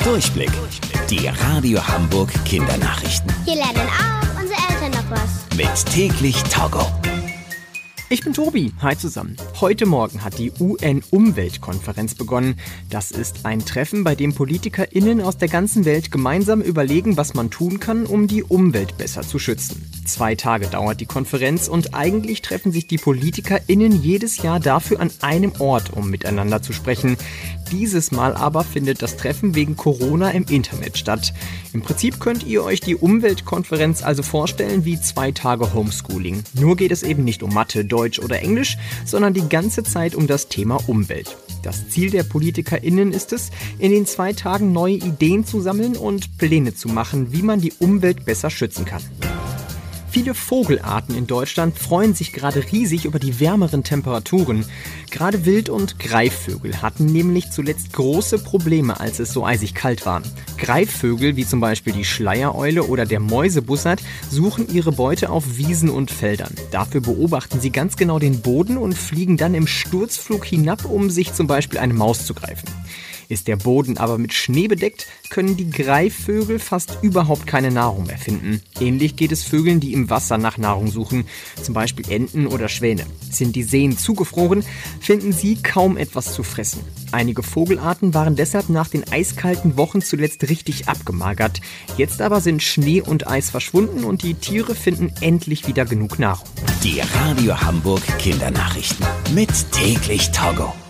Durchblick. Die Radio Hamburg Kindernachrichten. Hier lernen auch unsere Eltern noch was. Mit täglich Togo. Ich bin Tobi. Hi zusammen. Heute Morgen hat die UN-Umweltkonferenz begonnen. Das ist ein Treffen, bei dem PolitikerInnen aus der ganzen Welt gemeinsam überlegen, was man tun kann, um die Umwelt besser zu schützen. 2 Tage dauert die Konferenz und eigentlich treffen sich die PolitikerInnen jedes Jahr dafür an einem Ort, um miteinander zu sprechen. Dieses Mal aber findet das Treffen wegen Corona im Internet statt. Im Prinzip könnt ihr euch die Umweltkonferenz also vorstellen wie 2 Tage Homeschooling. Nur geht es eben nicht um Mathe, Deutsch oder Englisch, sondern die ganze Zeit um das Thema Umwelt. Das Ziel der PolitikerInnen ist es, in den 2 Tagen neue Ideen zu sammeln und Pläne zu machen, wie man die Umwelt besser schützen kann. Viele Vogelarten in Deutschland freuen sich gerade riesig über die wärmeren Temperaturen. Gerade Wild- und Greifvögel hatten nämlich zuletzt große Probleme, als es so eisig kalt war. Greifvögel, wie zum Beispiel die Schleiereule oder der Mäusebussard, suchen ihre Beute auf Wiesen und Feldern. Dafür beobachten sie ganz genau den Boden und fliegen dann im Sturzflug hinab, um sich zum Beispiel eine Maus zu greifen. Ist der Boden aber mit Schnee bedeckt, können die Greifvögel fast überhaupt keine Nahrung mehr finden. Ähnlich geht es Vögeln, die im Wasser nach Nahrung suchen, zum Beispiel Enten oder Schwäne. Sind die Seen zugefroren, finden sie kaum etwas zu fressen. Einige Vogelarten waren deshalb nach den eiskalten Wochen zuletzt richtig abgemagert. Jetzt aber sind Schnee und Eis verschwunden und die Tiere finden endlich wieder genug Nahrung. Die Radio Hamburg Kindernachrichten. Mit täglich Togo.